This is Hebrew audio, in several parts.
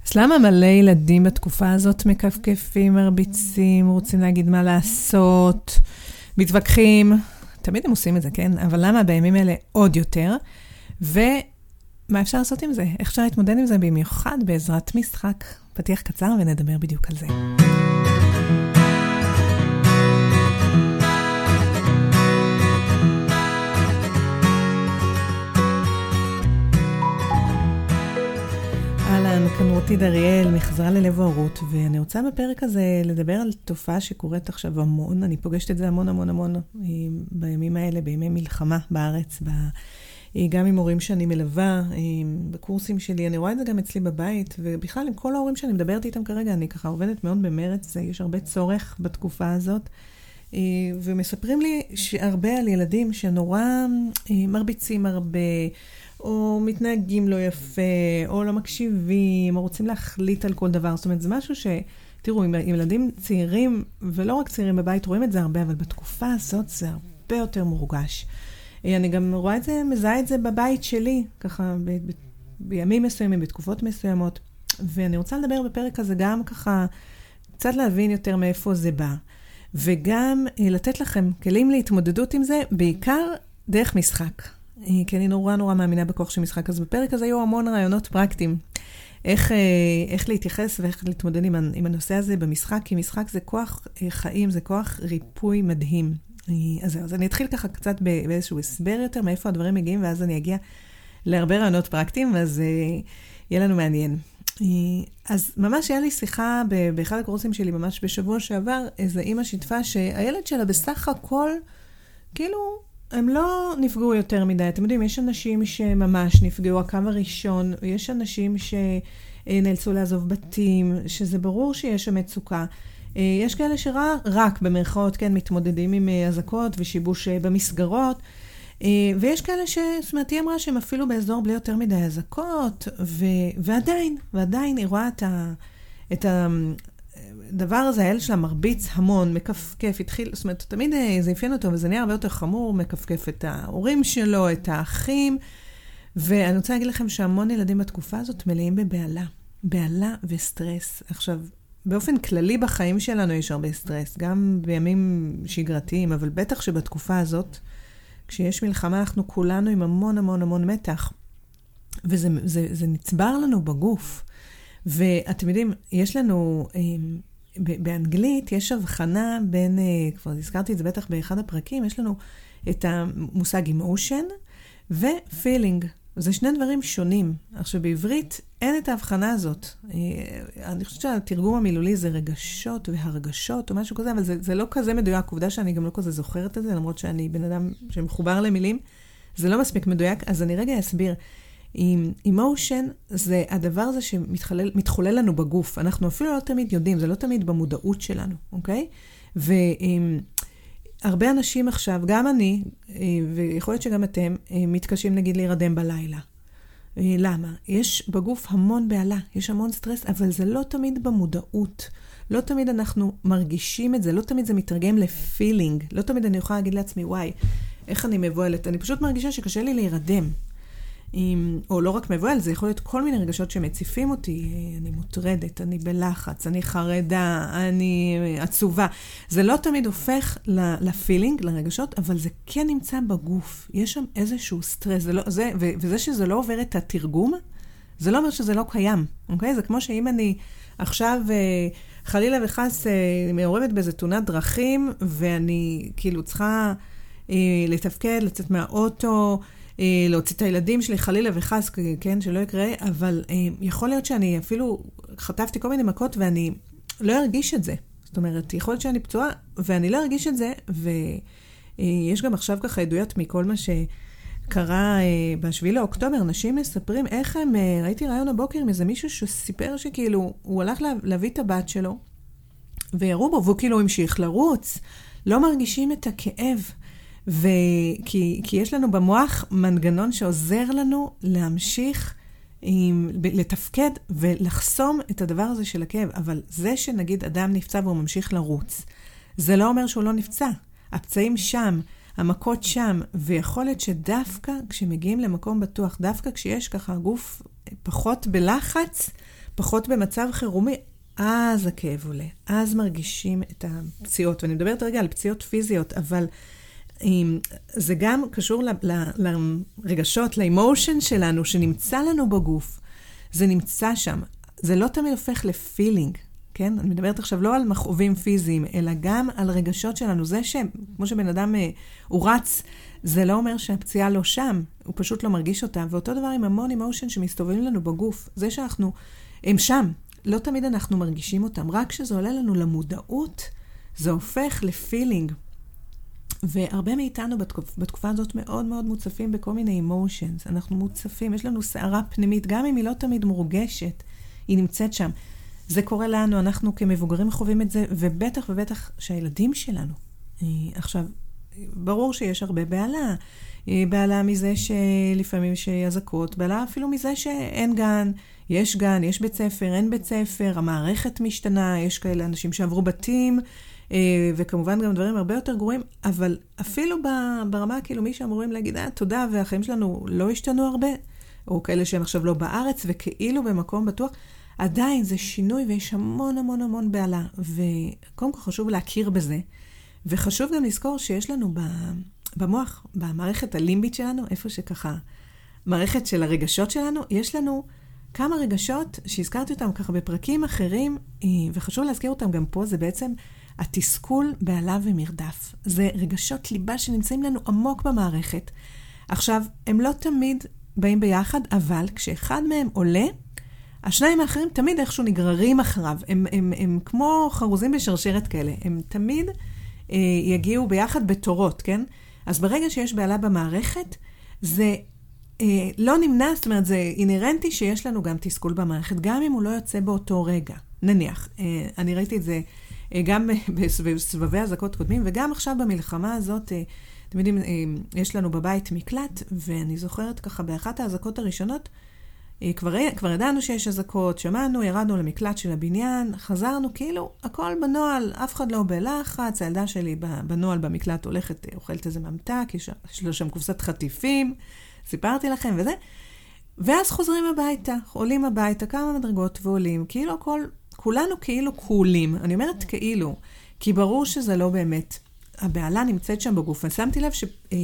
אז למה מלא ילדים בתקופה הזאת מקפקפים, מרביצים, רוצים להגיד מה לעשות, מתווכחים? תמיד הם עושים את זה, כן? אבל למה בימים האלה עוד יותר? ומה אפשר לעשות עם זה? איך אפשר להתמודד עם זה במיוחד בעזרת משחק? פתיח קצר ונדבר בדיוק על זה. כאן רותי דריאל, מחזרה ללב ההורות, ואני רוצה בפרק הזה לדבר על תופעה שקורית עכשיו המון, אני פוגשת את זה המון בימים האלה, בימי מלחמה בארץ, גם עם הורים שאני מלווה, בקורסים שלי, אני רואה את זה גם אצלי בבית, ובכלל עם כל ההורים שאני מדברת איתם כרגע, אני ככה עובדת מאוד במרץ, יש הרבה צורך בתקופה הזאת, ומספרים לי הרבה על ילדים שנורא מרביצים הרבה, או מתנהגים לא יפה, או לא מקשיבים, או רוצים להחליט על כל דבר. זאת אומרת, זה משהו תראו, עם ילדים צעירים, ולא רק צעירים בבית, רואים את זה הרבה, אבל בתקופה הזאת זה הרבה יותר מורגש. אני גם רואה את זה, מזהה את זה בבית שלי, ככה בימים מסוימים, בתקופות מסוימות. ואני רוצה לדבר בפרק הזה גם ככה, קצת להבין יותר מאיפה זה בא. וגם לתת לכם כלים להתמודדות עם זה, בעיקר דרך משחק. כי אני נורא מאמינה בכוח של משחק. אז בפרק הזה היו המון רעיונות פרקטיים. איך להתייחס ואיך להתמודד עם הנושא הזה במשחק, כי משחק זה כוח חיים, זה כוח ריפוי מדהים. אז אני אתחיל ככה קצת באיזשהו הסבר יותר, מאיפה הדברים מגיעים, ואז אני אגיע להרבה רעיונות פרקטיים, אז יהיה לנו מעניין. אז ממש היה לי שיחה באחד הקורסים שלי, ממש בשבוע שעבר, איזו אמא שיתפה שהילד שלה בסך הכל, כאילו, הם לא נפגעו יותר מדי. אתם יודעים, יש אנשים שממש נפגעו הקו הראשון, יש אנשים שנאלצו לעזוב בתים, שזה ברור שיש שם מצוקה. יש כאלה שרק במרכאות, כן, מתמודדים עם הזקות ושיבוש במסגרות, ויש כאלה זאת אומרת, היא אמרה שהם אפילו באזור בלי יותר מדי הזקות, ועדיין היא רואה את הדבר הזה, האל שלה מרביץ המון, מקפקף, התחיל, זאת אומרת, תמיד זה יפיין אותו, וזה נהיה הרבה יותר חמור, מקפקף את ההורים שלו, את האחים, ואני רוצה להגיד לכם שהמון ילדים בתקופה הזאת מלאים בהלה וסטרס. עכשיו, באופן כללי בחיים שלנו יש הרבה סטרס, גם בימים שגרתיים, אבל בטח שבתקופה הזאת, כשיש מלחמה, אנחנו כולנו עם המון מתח, וזה נצבר לנו בגוף. ואתם יודעים, יש לנו, באנגלית יש הבחנה בין, כבר הזכרתי את זה בטח באחד הפרקים, יש לנו את המושג emotion ו-feeling. זה שני דברים שונים. עכשיו, בעברית אין את ההבחנה הזאת. אני חושבת שהתרגום המילולי זה רגשות והרגשות או משהו כזה, אבל זה לא כזה מדויק. עובדה שאני גם לא כזה זוכרת את זה, למרות שאני בן אדם שמחובר למילים. זה לא מספיק מדויק, אז אני רגע אסביר. emotion זה הדבר הזה שמתחולל לנו בגוף. אנחנו אפילו לא תמיד יודעים, זה לא תמיד במודעות שלנו, אוקיי? והרבה אנשים עכשיו, גם אני, ויכול להיות שגם אתם, מתקשים נגיד להירדם בלילה. למה? יש בגוף המון בעלה, יש המון סטרס, אבל זה לא תמיד במודעות. לא תמיד אנחנו מרגישים את זה, לא תמיד זה מתרגם לפילינג. לא תמיד אני יכולה להגיד לעצמי, וואי, איך אני מבועלת? אני פשוט מרגישה שקשה לי להירדם. או לא רק מבועל, זה יכול להיות כל מיני רגשות שמציפים אותי. אני מוטרדת, אני בלחץ, אני חרדה, אני עצובה. זה לא תמיד הופך לפילינג, לרגשות, אבל זה כן נמצא בגוף. יש שם איזשהו סטרס. וזה שזה לא עובר את התרגום, זה לא אומר שזה לא קיים. אוקיי? זה כמו שאם אני עכשיו חלילה וחס מעורבת באיזו תאונת דרכים, ואני כאילו צריכה לתפקד, לצאת מהאוטו, להוציא את הילדים שלי חלילה וחס, כן, שלא יקרה, אבל יכול להיות שאני אפילו חטפתי כל מיני מכות ואני לא ארגיש את זה. זאת אומרת, יכול להיות שאני פצועה ואני לא ארגיש את זה, ויש גם עכשיו ככה עדויות מכל מה שקרה ב7 לאוקטובר, אנשים מספרים איך הם, ראיתי רעיון הבוקר עם איזה מישהו שסיפר שכאילו, הוא הלך להביא את הבת שלו, וירו בו, והוא כאילו המשיך לרוץ, לא מרגישים את הכאב, כי יש לנו במוח מנגנון שעוזר לנו להמשיך לתפקד ולחסום את הדבר הזה של הכאב. אבל זה שנגיד אדם נפצע והוא ממשיך לרוץ, זה לא אומר שהוא לא נפצע. הפצעים שם, המכות שם, ויכול להיות שדווקא כשמגיעים למקום בטוח, דווקא כשיש ככה גוף פחות בלחץ, פחות במצב חירומי, אז הכאב עולה, אז מרגישים את הפציעות, ואני מדברת רגע על פציעות פיזיות, אבל זה גם קשור לרגשות, לאמושן שלנו, שנמצא לנו בגוף, זה נמצא שם, זה לא תמיד הופך לפילינג, כן? אני מדברת עכשיו לא על מכאובים פיזיים, אלא גם על רגשות שלנו, זה כמו שבן אדם הוא רץ, זה לא אומר שהפציעה לא שם, הוא פשוט לא מרגיש אותה, ואותו דבר עם המון אמושן שמסתובבים לנו בגוף, זה שאנחנו, הם שם, לא תמיד אנחנו מרגישים אותם, רק כשזה עולה לנו למודעות, זה הופך לפילינג. והרבה מאיתנו בתקופה הזאת מאוד מאוד מוצפים בכל מיני אמושנס, אנחנו מוצפים, יש לנו שערה פנימית, גם אם היא לא תמיד מורגשת, היא נמצאת שם. זה קורה לנו, אנחנו כמבוגרים חווים את זה, ובטח ובטח שהילדים שלנו. עכשיו, ברור שיש הרבה בעלה. בעלה מזה שלפעמים יש אזעקות, בעלה אפילו מזה שאין גן, יש בית ספר, אין בית ספר, המערכת משתנה, יש כאלה אנשים שעברו בתים, וכמובן גם דברים הרבה יותר גרועים, אבל אפילו ברמה כאילו מי שאמורים להגיד, תודה, והחיים שלנו לא השתנו הרבה, או כאלה שהם עכשיו לא בארץ, וכאילו במקום בטוח, עדיין זה שינוי ויש המון המון המון בעלה, וקודם כל חשוב להכיר בזה, וחשוב גם לזכור שיש לנו במוח, במערכת הלימבית שלנו, איפה שככה, מערכת של הרגשות שלנו, יש לנו כמה רגשות שהזכרתי אותם ככה בפרקים אחרים, וחשוב להזכיר אותם גם פה, זה בעצם התסכול, בעלה ומרדף. זה רגשות ליבה שנמצאים לנו עמוק במערכת. עכשיו, הם לא תמיד באים ביחד, אבל כשאחד מהם עולה, השניים האחרים תמיד איכשהו נגררים אחריו. הם כמו חרוזים בשרשרת כאלה. הם תמיד יגיעו ביחד בתורות, כן? אז ברגע שיש בעלה במערכת, זה לא נמנע, זאת אומרת, זה אינרנטי שיש לנו גם תסכול במערכת, גם אם הוא לא יוצא באותו רגע. נניח, אני ראיתי את זה גם בסבבי אזעקות קודמים, וגם עכשיו במלחמה הזאת, אתם יודעים, יש לנו בבית מקלט, ואני זוכרת ככה באחת האזעקות הראשונות, כבר ידענו שיש אזעקות, שמענו, ירדנו למקלט של הבניין, חזרנו, כאילו, הכל בנועל, אף אחד לא בלחץ, הילדה שלי בנועל במקלט הולכת, אוכלת איזה ממתק, יש לו שם קופסת חטיפים, סיפרתי לכם וזה, ואז חוזרים הביתה, עולים הביתה, כמה מדרגות ועולים, כאילו כולנו כאילו קולים, אני אומרת כאילו, כי ברור שזה לא באמת, הבעלה נמצאת שם בגוף, ושמתי לב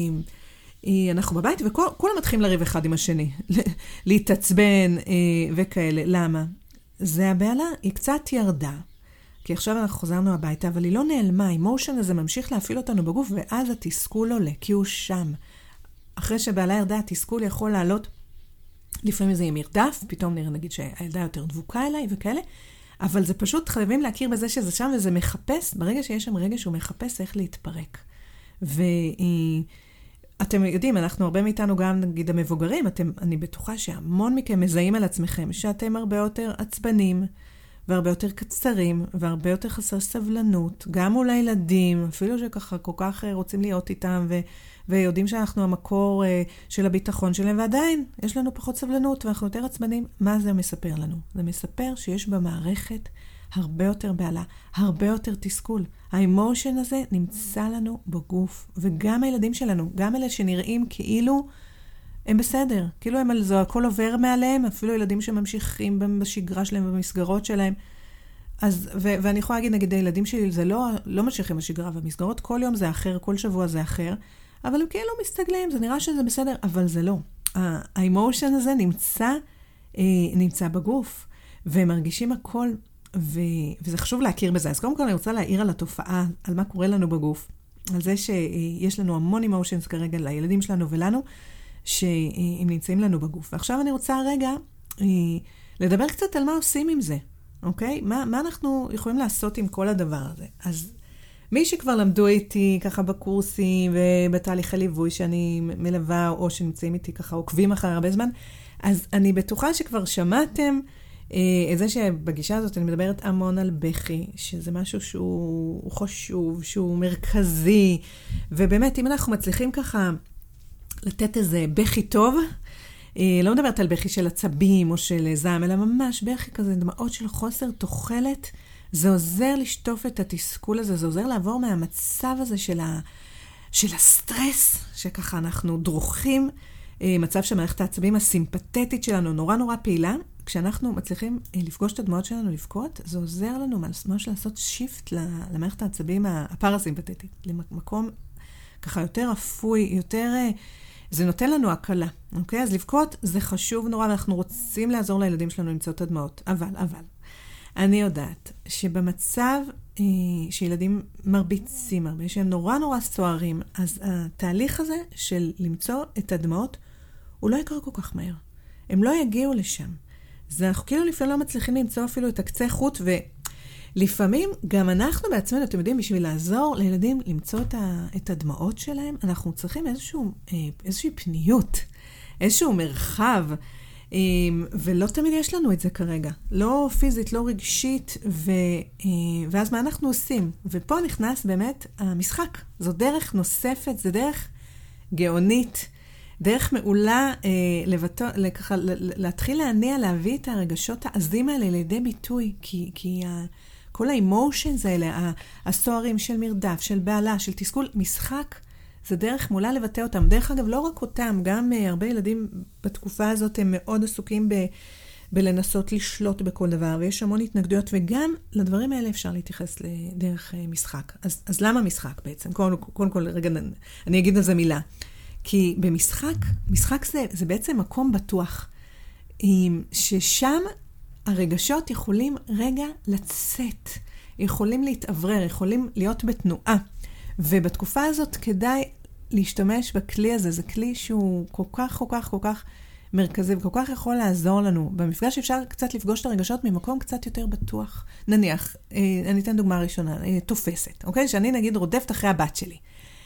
אנחנו בבית, וכולם מתחילים לריב אחד עם השני, להתעצבן וכאלה. למה? זה הבעלה, היא קצת ירדה, כי עכשיו אנחנו חוזרנו הביתה, אבל היא לא נעלמה, האמושן הזה ממשיך להפעיל אותנו בגוף, ואז התסכול עולה, כי הוא שם. אחרי שבעלה ירדה, התסכול יכול לעלות, לפעמים זה יהיה מרדף, פתאום נגיד שהילדה יותר דבוקה אליי וכאלה, אבל זה פשוט חייבים להכיר בזה שזה שם, וזה מחפש, ברגע שיש שם רגע שהוא מחפש איך להתפרק. אתם יודעים, אנחנו הרבה מאיתנו גם, נגיד המבוגרים, אני בטוחה שהמון מכם מזהים על עצמכם, שאתם הרבה יותר עצבנים, והרבה יותר קצרים, והרבה יותר חסר סבלנות, גם מול הילדים, אפילו שככה כל כך רוצים להיות איתם, ויודעים שאנחנו המקור של הביטחון שלהם, ועדיין יש לנו פחות סבלנות, ואנחנו יותר עצבנים. מה זה מספר לנו? זה מספר שיש במערכת הרבה יותר בעלה, הרבה יותר תסכול. האמושן הזה נמצא לנו בגוף, וגם הילדים שלנו, גם אלה שנראים כאילו הם בסדר, כאילו הם על זה, הכל עובר מעליהם, אפילו ילדים שממשיכים בשגרה שלהם ובמסגרות שלהם. אז, ואני יכולה להגיד, נגיד, הילדים שלי, זה לא ממשיכים בשגרה, והמסגרות כל יום זה אחר, כל שבוע זה אחר, אבל הם כאילו מסתגלים, זה נראה שזה בסדר, אבל זה לא. האמושן הזה נמצא בגוף, והם מרגישים הכל, וזה חשוב להכיר בזה. אז קודם כל אני רוצה להעיר על התופעה, על מה קורה לנו בגוף, על זה שיש לנו המון אמושנס כרגע לילדים שלנו ולנו, שהם נמצאים לנו בגוף. ועכשיו אני רוצה רגע לדבר קצת על מה עושים עם זה, אוקיי? מה אנחנו יכולים לעשות עם כל הדבר הזה? אז מי שכבר למדו איתי ככה בקורסים ובתהליכי ליווי שאני מלווה, או שנמצאים איתי ככה עוקבים אחרי הרבה זמן, אז אני בטוחה שכבר שמעתם את זה שבגישה הזאת אני מדברת המון על בכי, שזה משהו שהוא חשוב, שהוא מרכזי, ובאמת אם אנחנו מצליחים ככה לתת איזה בכי טוב, לא מדברת על בכי של עצבים או של זעם, אלא ממש בכי כזה, דמעות של חוסר תוחלת, זה עוזר לשטוף את התסכול הזה, זה עוזר לעבור מהמצב הזה של הסטרס, שככה אנחנו דרוכים, מצב שמערכת העצבים הסימפתטית שלנו נורא נורא פעילה, כשאנחנו מצליחים לפגוש את הדמעות שלנו לבכות, זה עוזר לנו ממש לעשות שיפט למערכת העצבים הפרסימפטית, למקום ככה יותר אפוי, יותר, זה נותן לנו הקלה, אוקיי? אז לבכות זה חשוב נורא, ואנחנו רוצים לעזור לילדים שלנו למצוא את הדמעות, אבל, אני יודעת שבמצב שילדים מרביצים הרבה, שהם נורא נורא סוערים, אז התהליך הזה של למצוא את הדמעות, הוא לא יקרה כל כך מהר. הם לא יגיעו לשם. אז אנחנו כאילו לפעמים לא מצליחים למצוא אפילו את הקצה חוט, ולפעמים גם אנחנו בעצמנו, אתם יודעים, בשביל לעזור לילדים למצוא את הדמעות שלהם, אנחנו צריכים איזושהי פניות, איזשהו מרחב, ולא תמיד יש לנו את זה כרגע. לא פיזית, לא רגשית, ואז מה אנחנו עושים? ופה נכנס באמת המשחק. זו דרך נוספת, זו דרך גאונית, דרך מעולה להתחיל להניע, להביא את הרגשות העזים האלה לידי ביטוי, כי כל האמושנס האלה, הסוערים של מרדף, של בעלה, של תסכול, משחק, זה דרך מעולה לבטא אותם. דרך אגב, לא רק אותם, גם הרבה ילדים בתקופה הזאת הם מאוד עסוקים בלנסות לשלוט בכל דבר, ויש המון התנגדויות, וגם לדברים האלה אפשר להתייחס לדרך משחק. אז למה משחק בעצם? קודם כל, רגע, אני אגיד על זה מילה. כי משחק זה בעצם מקום בטוח, ששם הרגשות יכולים רגע לצאת, יכולים להתעברר, יכולים להיות בתנועה. ובתקופה הזאת כדאי להשתמש בכלי הזה, זה כלי שהוא כל כך מרכזי, וכל כך יכול לעזור לנו. במפגש אפשר קצת לפגוש את הרגשות ממקום קצת יותר בטוח. נניח, אני אתן דוגמה ראשונה, תופסת, אוקיי? שאני נגיד רודפת אחרי הבת שלי.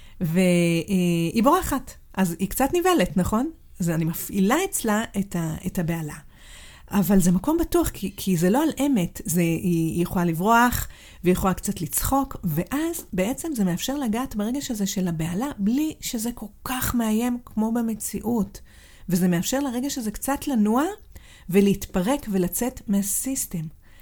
והיא בורחת, אז היא קצת ניבלת, נכון? אז אני מפעילה אצלה את הבעלה. אבל זה מקום בטוח, כי זה לא על אמת, היא יכולה לברוח, והיא יכולה קצת לצחוק, ואז בעצם זה מאפשר לגעת ברגש הזה של הבעלה, בלי שזה כל כך מאיים כמו במציאות. וזה מאפשר לרגש הזה קצת לנוע, ולהתפרק ולצאת מהסיסטם.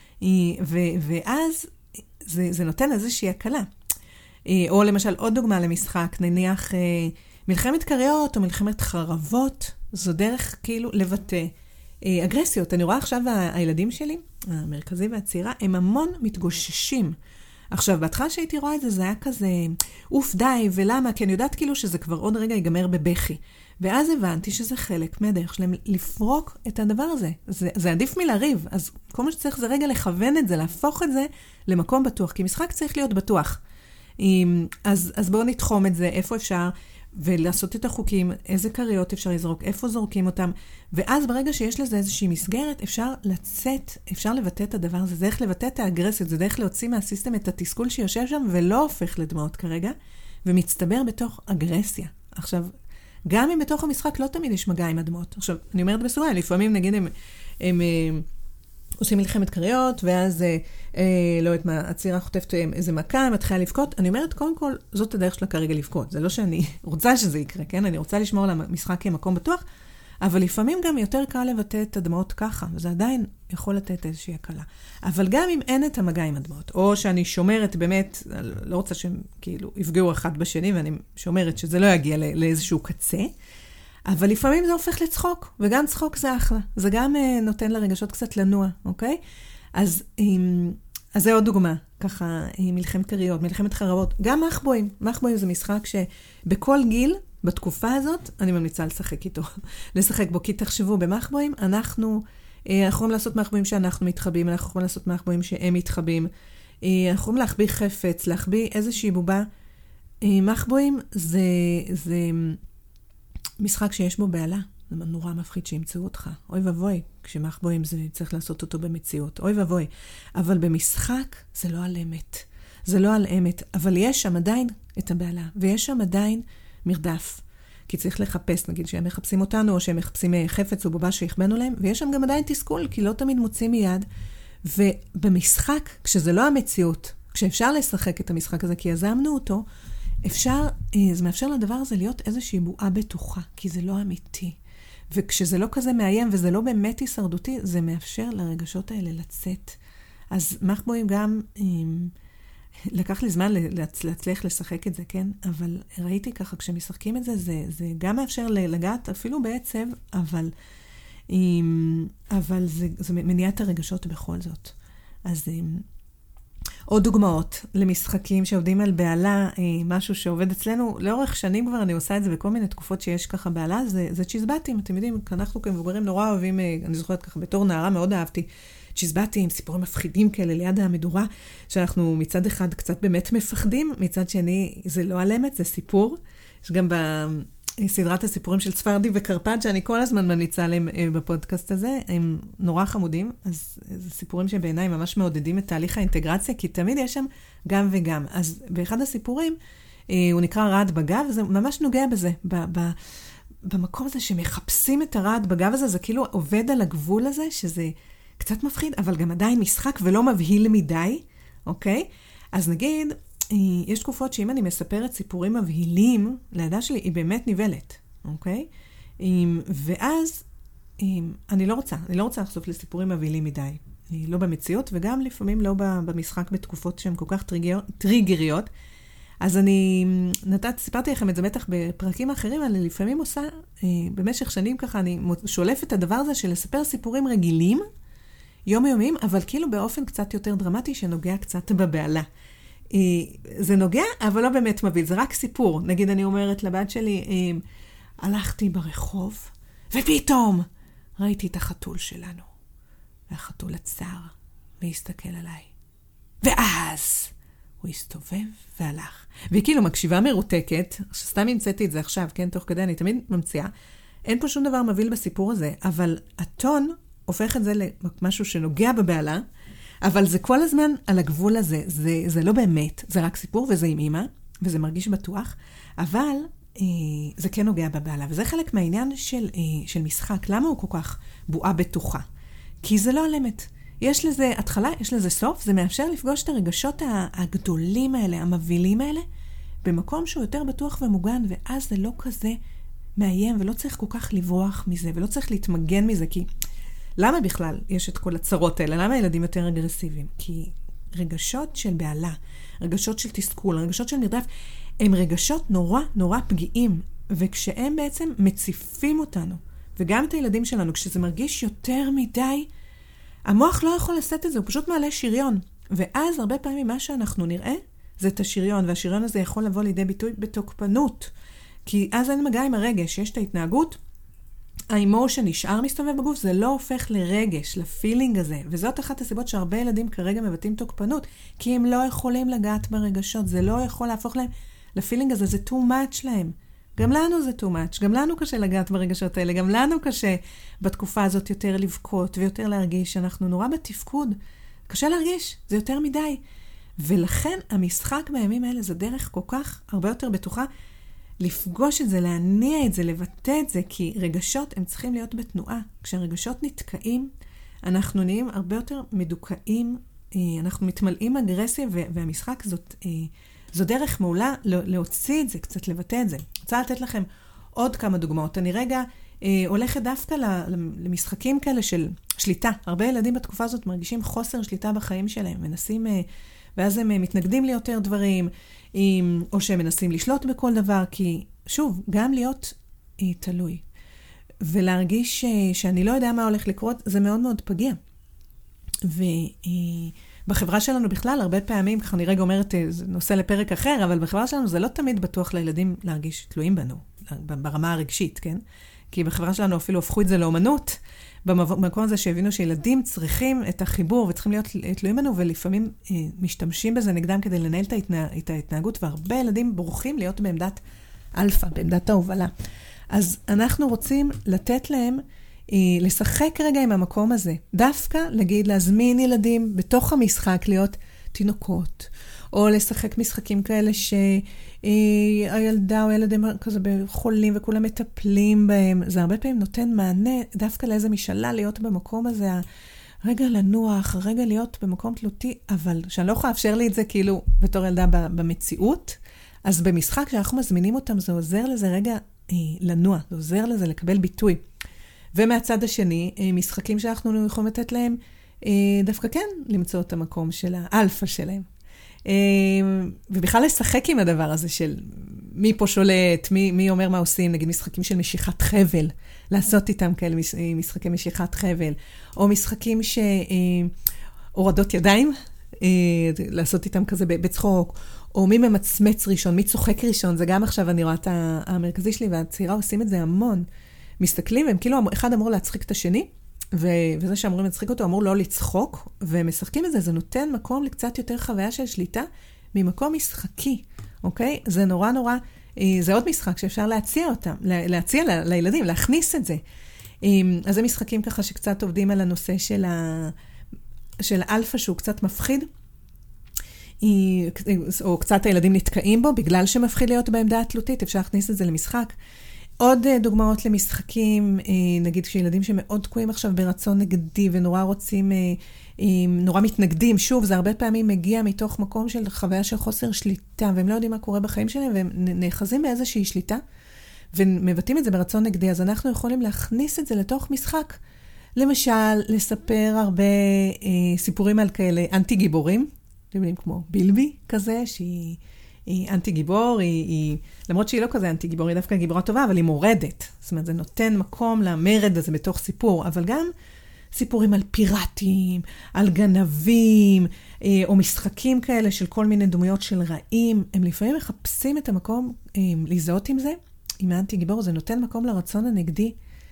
ואז זה נותן איזושהי הקלה. או למשל עוד דוגמה למשחק, נניח מלחמת קריות או מלחמת חרבות, זו דרך כאילו לבטא אגרסיות. אני רואה עכשיו הילדים שלי, המרכזי והצעירה, הם המון מתגוששים. עכשיו, בהתחלה שהייתי רואה את זה, זה היה כזה, אוף די, ולמה? כי אני יודעת כאילו שזה כבר עוד רגע ייגמר בבכי. ואז הבנתי שזה חלק מהדרך שלהם לפרוק את הדבר הזה. זה עדיף מלריב, אז כל מה שצריך זה רגע לכוון את זה, להפוך את זה למקום בטוח, כי משחק צריך להיות בטוח. אז בואו נתחום את זה, איפה אפשר, ולעשות את החוקים, איזה קריות אפשר לזרוק, איפה זורקים אותם, ואז ברגע שיש לזה איזושהי מסגרת, אפשר לצאת, אפשר לבטא את הדבר הזה, זה איך לבטא את האגרסיות, זה דרך להוציא מהסיסטם את התסכול שיושב שם, ולא הופך לדמעות כרגע, ומצטבר בתוך אגרסיה. עכשיו, גם אם בתוך המשחק לא תמיד יש מגע עם הדמעות. עכשיו, אני אומרת בסוגריים, לפעמים נגיד הם עושים מלחמת קריות, ואז, לא יודעת מה, הצעירה חוטפת איזה מכה, מתחילה לבכות. אני אומרת, קודם כל, זאת הדרך שלה כרגע לבכות. זה לא שאני רוצה שזה יקרה, כן? אני רוצה לשמור על המשחק כמקום בטוח, אבל לפעמים גם יותר קל לבטא את הדמעות ככה, וזה עדיין יכול לתת איזושהי הקלה. אבל גם אם אין את המגע עם הדמעות, או שאני שומרת באמת, לא רוצה שהם כאילו יפגעו אחד בשני, ואני שומרת שזה לא יגיע לאיזשהו קצה, אבל לפעמים זה הופך לצחוק, וגם צחוק זה אחלה. זה גם נותן לרגשות קצת לנוע, אוקיי? אז זה עוד דוגמה, ככה, מלחמת קריות, מלחמת חרבות, גם מחבואים. מחבואים זה משחק שבכל גיל, בתקופה הזאת, אני ממליצה לשחק איתו. לשחק בו, כי תחשבו, במחבואים, אנחנו יכולים לעשות מחבואים שאנחנו מתחבים, אנחנו יכולים לעשות מחבואים שהם מתחבים, אנחנו יכולים להחביא חפץ, להחביא איזושהי בובה. מחבואים זה משחק שיש בו בעלה. זה נורא מפחיד שימצאו אותך. אוי ובוי, כשמחבואים זה צריך לעשות אותו במציאות. אוי ובוי. אבל במשחק זה לא על אמת. זה לא על אמת. אבל יש שם עדיין את הבעלה. ויש שם עדיין מרדף. כי צריך לחפש, נגיד שהם מחפשים אותנו, או שהם מחפשים חפץ או בובה שיחבנו להם. ויש שם גם עדיין תסכול, כי לא תמיד מוצאים מיד. ובמשחק, כשזה לא המציאות, כשאפשר לשחק את המשחק הזה, כי יזמנו אותו, זה מאפשר לדבר הזה להיות איזושהי בועה בטוחה, כי זה לא אמיתי. וכשזה לא כזה מאיים וזה לא באמת הישרדותי, זה מאפשר לרגשות האלה לצאת. אז מחבואים גם, לקח לי זמן להצליח לשחק את זה, כן? אבל ראיתי ככה, כשמשחקים את זה, זה גם מאפשר לגעת אפילו בעצב, אבל אבל זה מניעת הרגשות בכל זאת. אז עוד דוגמאות למשחקים שעובדים על בעלה, משהו שעובד אצלנו, לאורך שנים כבר אני עושה את זה בכל מיני תקופות שיש ככה בעלה, זה צ'יזבטים, אתם יודעים, אנחנו כמבוגרים נורא אוהבים, אני זוכרת ככה בתור נערה מאוד אהבתי, צ'יזבטים, סיפורים מפחידים כאלה ליד המדורה, שאנחנו מצד אחד קצת באמת מפחדים, מצד שני זה לא על אמת, זה סיפור, יש גם סדרת הסיפורים של צפרדי וקרפד, שאני כל הזמן ממליצה עליהם בפודקאסט הזה, הם נורא חמודים, אז זה סיפורים שבעיניי ממש מעודדים את תהליך האינטגרציה, כי תמיד יש שם גם וגם. אז באחד הסיפורים, הוא נקרא רעד בגב, זה ממש נוגע בזה, במקום הזה שמחפשים את הרעד בגב הזה, זה כאילו עובד על הגבול הזה, שזה קצת מפחיד, אבל גם עדיין משחק ולא מבהיל מדי, אוקיי? אז נגיד, יש תקופות שאם אני מספרת סיפורים מבהילים, לידה שלי היא באמת ניבלת, אוקיי? ואז אני לא רוצה לחשוף לסיפורים מבהילים מדי. לא במציאות, וגם לפעמים לא במשחק בתקופות שהן כל כך טריגריות. אז אני סיפרתי לכם את זה בטח בפרקים אחרים, אני לפעמים עושה, במשך שנים ככה, אני שולפת את הדבר הזה של לספר סיפורים רגילים, יומיומיים, אבל כאילו באופן קצת יותר דרמטי, שנוגע קצת בבעלה. זה נוגע, אבל לא באמת מביא, זה רק סיפור. נגיד, אני אומרת לבת שלי, הלכתי ברחוב, ופתאום ראיתי את החתול שלנו. והחתול עצר, והסתכל עליי. ואז הוא הסתובב והלך. והיא כאילו מקשיבה מרותקת, סתם המצאתי את זה עכשיו, כן, תוך כדי, אני תמיד ממציאה. אין פה שום דבר מביא בסיפור הזה, אבל הטון הופך את זה למשהו שנוגע בבעלה, אבל זה כל הזמן על הגבול הזה, זה לא באמת, זה רק סיפור וזה עם אמא, וזה מרגיש בטוח, אבל זה כן נוגע בבעלה, וזה חלק מהעניין של משחק. למה הוא כל כך בועה בטוחה? כי זה לא על אמת. יש לזה התחלה, יש לזה סוף, זה מאפשר לפגוש את הרגשות הגדולים האלה, המבהילים האלה, במקום שהוא יותר בטוח ומוגן, ואז זה לא כזה מאיים, ולא צריך כל כך לברוח מזה, ולא צריך להתמגן מזה, כי למה בכלל יש את כל הצרות האלה? למה ילדים יותר אגרסיביים? כי רגשות של בעלה, רגשות של תסכול, רגשות של מרדף, הם רגשות נורא נורא פגיעים, וכשהם בעצם מציפים אותנו, וגם את הילדים שלנו, כשזה מרגיש יותר מדי, המוח לא יכול לשאת את זה, הוא פשוט מעלה שריון. ואז הרבה פעמים מה שאנחנו נראה, זה את השריון, והשריון הזה יכול לבוא לידי ביטוי בתוקפנות. כי אז אין מגע עם הרגש, יש את ההתנהגות, האמושן נשאר מסתובב בגוף, זה לא הופך לרגש, לפילינג הזה. וזאת אחת הסיבות שהרבה ילדים כרגע מבטאים תוקפנות, כי הם לא יכולים לגעת ברגשות, זה לא יכול להפוך להם לפילינג הזה, זה too much להם. גם לנו זה too much, גם לנו קשה לגעת ברגשות האלה, גם לנו קשה בתקופה הזאת יותר לבכות ויותר להרגיש שאנחנו נורא בתפקוד. קשה להרגיש, זה יותר מדי. ולכן המשחק בימים האלה זה דרך כל כך הרבה יותר בטוחה, לפגוש את זה, להניע את זה, לבטא את זה, כי רגשות הם צריכים להיות בתנועה. כשרגשות נתקעים, אנחנו נהיים הרבה יותר מדוכאים, אנחנו מתמלאים אגרסיה, והמשחק זו דרך מעולה להוציא את זה, קצת לבטא את זה. רוצה לתת לכם עוד כמה דוגמאות. אני רגע הולכת דווקא למשחקים כאלה של שליטה. הרבה ילדים בתקופה הזאת מרגישים חוסר שליטה בחיים שלהם, מנסים, ואז הם מתנגדים ליותר דברים, או שהם מנסים לשלוט בכל דבר, כי שוב, גם להיות תלוי. ולהרגיש שאני לא יודע מה הולך לקרות, זה מאוד מאוד פגיע. ובחברה שלנו בכלל, הרבה פעמים, ככה אני רגע אומרת, זה נושא לפרק אחר, אבל בחברה שלנו זה לא תמיד בטוח לילדים להרגיש תלויים בנו, ברמה הרגשית, כן? כי בחברה שלנו אפילו הפכו את זה לאומנות, במקום הזה שהבינו שילדים צריכים את החיבור וצריכים להיות תלויים בנו, ולפעמים משתמשים בזה נגדם כדי לנהל את ההתנהגות, והרבה ילדים בורחים להיות בעמדת אלפא, בעמדת ההובלה. אז אנחנו רוצים לתת להם לשחק רגע עם המקום הזה. דווקא, להזמין ילדים בתוך המשחק להיות תינוקות, או לשחק משחקים כאלה שהילדה או ילדים כזה בחולים וכולם מטפלים בהם. זה הרבה פעמים נותן מענה דווקא לאיזה משאלה להיות במקום הזה, רגע לנוח, רגע להיות במקום תלותי, אבל שאני לא יכולה לאפשר לי את זה כאילו בתור ילדה במציאות, אז במשחק שאנחנו מזמינים אותם, זה עוזר לזה רגע לנוע, זה עוזר לזה לקבל ביטוי. ומהצד השני, משחקים שאנחנו יכולים לתת להם, דווקא כן למצוא את המקום של האלפא שלהם. ובכלל לשחק עם הדבר הזה של מי פה שולט, מי אומר מה עושים, נגיד משחקים של משיכת חבל, לעשות איתם כאלה משחקי משיכת חבל, או משחקים הורדות ידיים, לעשות איתם כזה בצחוק, או מי ממצמץ ראשון, מי צוחק ראשון, זה גם עכשיו אני רואה את המרכזי שלי, והצעירה עושים את זה המון. מסתכלים, הם כאילו, אחד אמור להצחיק את השני, וזה שאמורים להצחיק אותו, אמור לא לצחוק, ומשחקים את זה, זה נותן מקום לקצת יותר חוויה של שליטה, ממקום משחקי, אוקיי? זה נורא נורא, זה עוד משחק שאפשר להציע אותם, להציע לילדים, להכניס את זה. אז זה משחקים ככה שקצת עובדים על הנושא של אלפא, שהוא קצת מפחיד, או קצת הילדים נתקעים בו, בגלל שמפחיד להיות בעמדה התלותית, אפשר להכניס את זה למשחק. עוד דוגמאות למשחקים, נגיד שילדים שמאוד תקועים עכשיו ברצון נגדי, ונורא רוצים, נורא מתנגדים, שוב, זה הרבה פעמים מגיע מתוך מקום של חוויה של חוסר שליטה, והם לא יודעים מה קורה בחיים שלהם, והם נאחזים באיזושהי שליטה, ומבטאים את זה ברצון נגדי, אז אנחנו יכולים להכניס את זה לתוך משחק. למשל, לספר הרבה סיפורים על כאלה אנטי גיבורים, כמו בילבי כזה, שהיא אנטי גיבור, למרות שהיא לא כזה אנטי גיבור, היא דווקא גיבורה טובה, אבל היא מורדת. זאת אומרת, זה נותן מקום למרד הזה בתוך סיפור, אבל גם סיפורים על פיראטים, על גנבים, או משחקים כאלה של כל מיני דמויות של רעים, הם לפעמים מחפשים את המקום להזדהות עם זה, עם האנטי גיבור, זה נותן מקום לרצון הנגדי.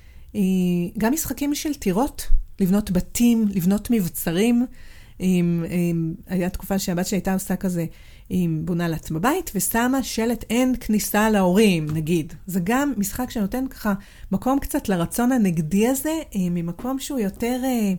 גם משחקים של טירות, לבנות בתים, לבנות מבצרים, היה תקופה שהבת שהייתה עושה כזה, בונה לעצמה בית, ושמה שלט אין כניסה להורים, נגיד. זה גם משחק שנותן ככה מקום קצת לרצון הנגדי הזה, ממקום שהוא יותר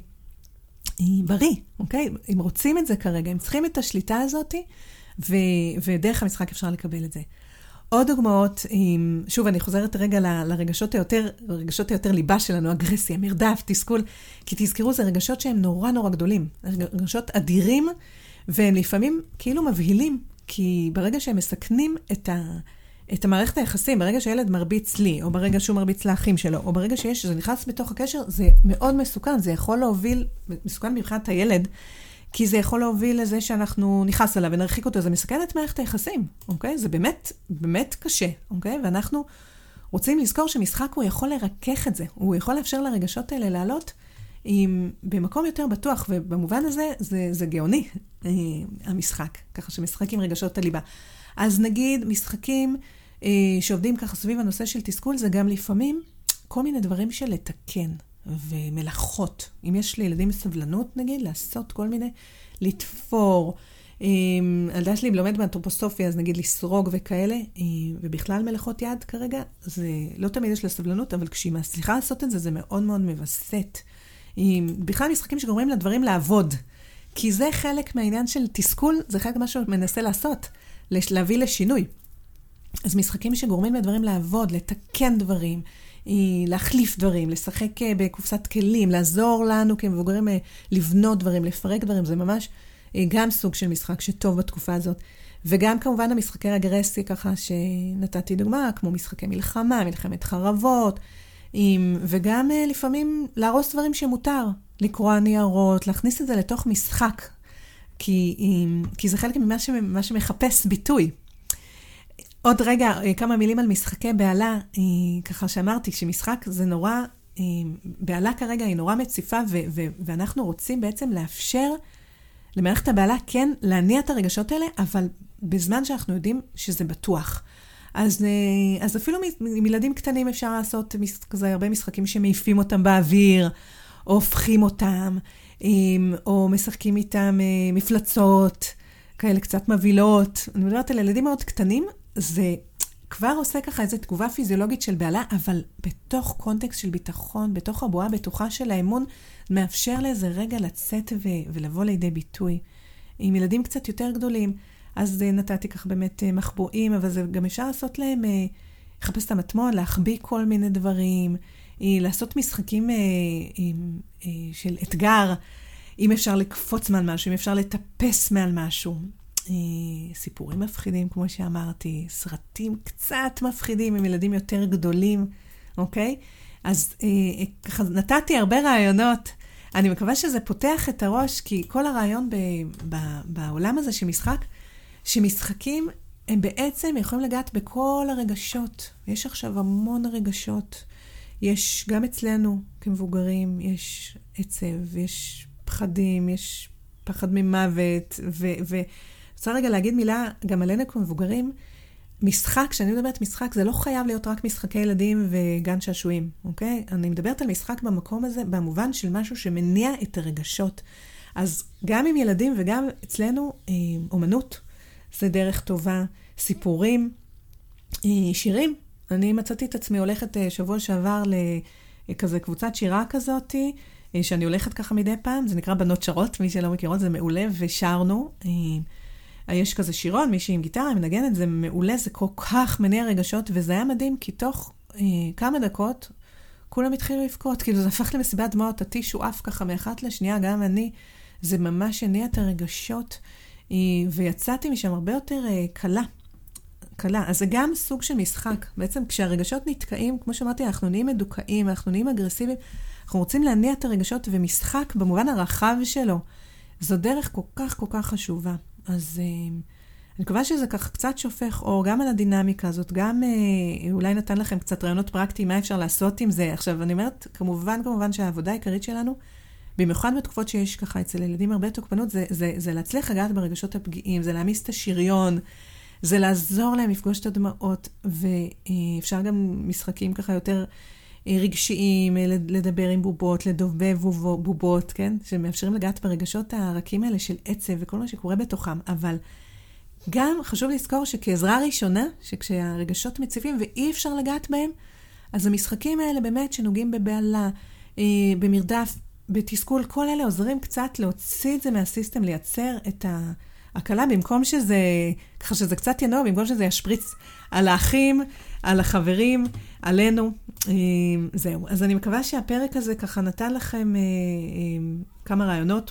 בריא, אוקיי? אם רוצים את זה כרגע, הם צריכים את השליטה הזאת, ודרך המשחק אפשר לקבל את זה. עוד דוגמאות, שוב, אני חוזרת רגע לרגשות היותר ליבה שלנו, אגרסיה, מרדף, תסכול, כי תזכרו, זה רגשות שהם נורא נורא גדולים, רגשות אדירים, והם לפעמים כאילו מבהילים, כי ברגע שהם מסכנים את המערכת היחסים, ברגע שהילד מרביץ לי, או ברגע שהוא מרביץ לאחים שלו, או ברגע שזה נכנס בתוך הקשר, זה מאוד מסוכן, זה יכול להוביל, מסוכן מבחינת הילד, כי זה יכול להוביל לזה שאנחנו נכנס עליו ונרחיק אותו, זה מסכן את מערכת היחסים, אוקיי? זה באמת, באמת קשה, אוקיי? ואנחנו רוצים לזכור שמשחק הוא יכול לרכך את זה, הוא יכול לאפשר לרגשות האלה לעלות במקום יותר בטוח, ובמובן הזה זה גאוני, המשחק, ככה שמשחק עם רגשות הליבה. אז נגיד, משחקים שעובדים ככה סביב הנושא של תסכול, זה גם לפעמים כל מיני דברים של לתקן. ומלאכות. אם יש לילדים סבלנות, נגיד, לעשות כל מיני, לתפור. הילדה שלי לומד באנתרופוסופיה, אז נגיד לסרוג וכאלה, ובכלל מלאכות יד כרגע, זה לא תמיד יש לה סבלנות, אבל כשהיא מצליחה לעשות את זה, זה מאוד מאוד מבסט. בכלל משחקים שגורמים לדברים לעבוד, כי זה חלק מהעניין של תסכול, זה חלק מה שהוא מנסה לעשות, להביא לשינוי. אז משחקים שגורמים לדברים לעבוד, לתקן דברים, להחליף דברים, לשחק בקופסת כלים, לעזור לנו כמבוגרים לבנות דברים, לפרק דברים, זה ממש גם סוג של משחק שטוב בתקופה הזאת. וגם כמובן המשחקי אגרסיה ככה שנתתי דוגמה, כמו משחקי מלחמה, מלחמת חרבות, וגם לפעמים להרוס דברים שמותר, לקרוא ניירות, להכניס את זה לתוך משחק, כי זה חלק ממה שמחפש ביטוי. עוד רגע, כמה מילים על משחקי בעלה, ככה שאמרתי, שמשחק זה נורא, בעלה כרגע היא נורא מציפה, ואנחנו רוצים בעצם לאפשר למערכת הבעלה כן להניע את הרגשות האלה, אבל בזמן שאנחנו יודעים שזה בטוח. אז אפילו עם ילדים קטנים אפשר לעשות כזה הרבה משחקים שמעיפים אותם באוויר, או הופכים אותם, או משחקים איתם מפלצות, כאלה קצת מבילות. אני מדברת על ילדים מאוד קטנים, זה כבר עושה ככה איזו תגובה פיזיולוגית של בעלה, אבל בתוך קונטקסט של ביטחון, בתוך הבועה בטוחה של האמון, מאפשר לאיזה רגע לצאת ולבוא לידי ביטוי. עם ילדים קצת יותר גדולים, אז נתתי כך באמת מחבואים, אבל זה גם אפשר לעשות להם, לחפש את המטמון, להחביא כל מיני דברים, לעשות משחקים של אתגר, אם אפשר לקפוץ מעל משהו, אם אפשר לטפס מעל משהו. סיפורים מפחידים, כמו שאמרתי, סרטים קצת מפחידים, עם ילדים יותר גדולים, אוקיי? אז ככה נתתי הרבה רעיונות. אני מקווה שזה פותח את הראש, כי כל הרעיון בעולם הזה של משחק, שמשחקים הם בעצם יכולים לגעת בכל הרגשות. יש עכשיו המון רגשות. יש גם אצלנו כמבוגרים, יש עצב, יש פחדים, יש פחד ממוות, רוצה רגע להגיד מילה גם עלינו כמבוגרים, משחק, כשאני מדברת משחק, זה לא חייב להיות רק משחקי ילדים וגן שעשועים, אוקיי? אני מדברת על משחק במקום הזה, במובן של משהו שמניע את הרגשות. אז גם עם ילדים וגם אצלנו, אומנות, זה דרך טובה, סיפורים, שירים. אני מצאתי את עצמי הולכת שבוע שעבר לכזה קבוצת שירה כזאת, שאני הולכת ככה מדי פעם, זה נקרא בנות שרות, מי שלא מכירות, זה מעולה, ושרנו. יש כזה שירון, מישהי עם גיטרה, מנגנת, זה מעולה, זה כל כך מניע רגשות, וזה היה מדהים, כי תוך כמה דקות, כולם התחילו לבכות, כאילו זה הפך למסיבת דמעות, הטישו אף ככה מאחת לשנייה, גם אני, זה ממש הניע את הרגשות, ויצאתי משם הרבה יותר קלה. אז זה גם סוג של משחק. בעצם כשהרגשות נתקעים, כמו שאמרתי, אנחנו נהיים מדוכאים, אנחנו נהיים אגרסיביים, אנחנו רוצים להניע את הרגשות, ומשחק במובן הרחב שלו, זו דרך כל כך כל כך חשובה. אז אני מקווה שזה ככה קצת שופך אור, גם על הדינמיקה הזאת, גם אולי נתן לכם קצת רעיונות פרקטיים, מה אפשר לעשות עם זה. עכשיו, אני אומרת, כמובן שהעבודה העיקרית שלנו, במיוחד בתקופות שיש ככה אצל ילדים הרבה תוקפנות, זה להצליח לגעת ברגשות הפגיעים, זה להמיס את השריון, זה לעזור להם לפגוש את הדמעות, ואפשר גם משחקים ככה יותר רגשיים, לדבר עם בובות, לדובב בובות, כן? שמאפשרים לגעת ברגשות הרכים האלה של עצב וכל מה שקורה בתוכם. אבל גם חשוב לזכור שכעזרה ראשונה, שכשהרגשות מציפים ואי אפשר לגעת בהם, אז המשחקים האלה באמת שנוגעים בבעלה, במרדף, בתסכול, כל אלה עוזרים קצת להוציא את זה מהסיסטם, לייצר את ההקלה, במקום שזה, ככה שזה קצת ינוע, במקום שזה ישפריץ על האחים, על החברים, עלינו. זהו. אז אני מקווה שהפרק הזה ככה נתן לכם כמה רעיונות,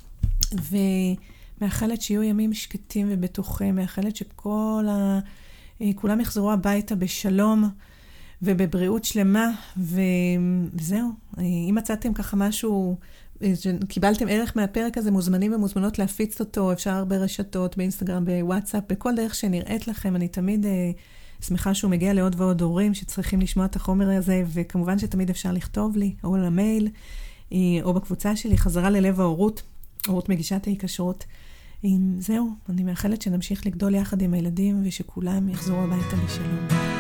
ומאחלת שיהיו ימים שקטים ובטוחים, מאחלת כולם יחזרו הביתה בשלום ובבריאות שלמה, וזהו. אם מצאתם ככה משהו, קיבלתם ערך מהפרק הזה, מוזמנים ומוזמנות להפיץ אותו, אפשר ברשתות, באינסטגרם, בוואטסאפ, בכל דרך שנראית לכם. אני תמיד שמחה שהוא מגיע לעוד ועוד הורים שצריכים לשמוע את החומר הזה, וכמובן שתמיד אפשר לכתוב לי, או למייל, או בקבוצה שלי, חזרה ללב ההורות, הורות מגישת ההיקשרות. זהו, אני מאחלת שנמשיך לגדול יחד עם הילדים, ושכולם יחזרו הביתה בשלום.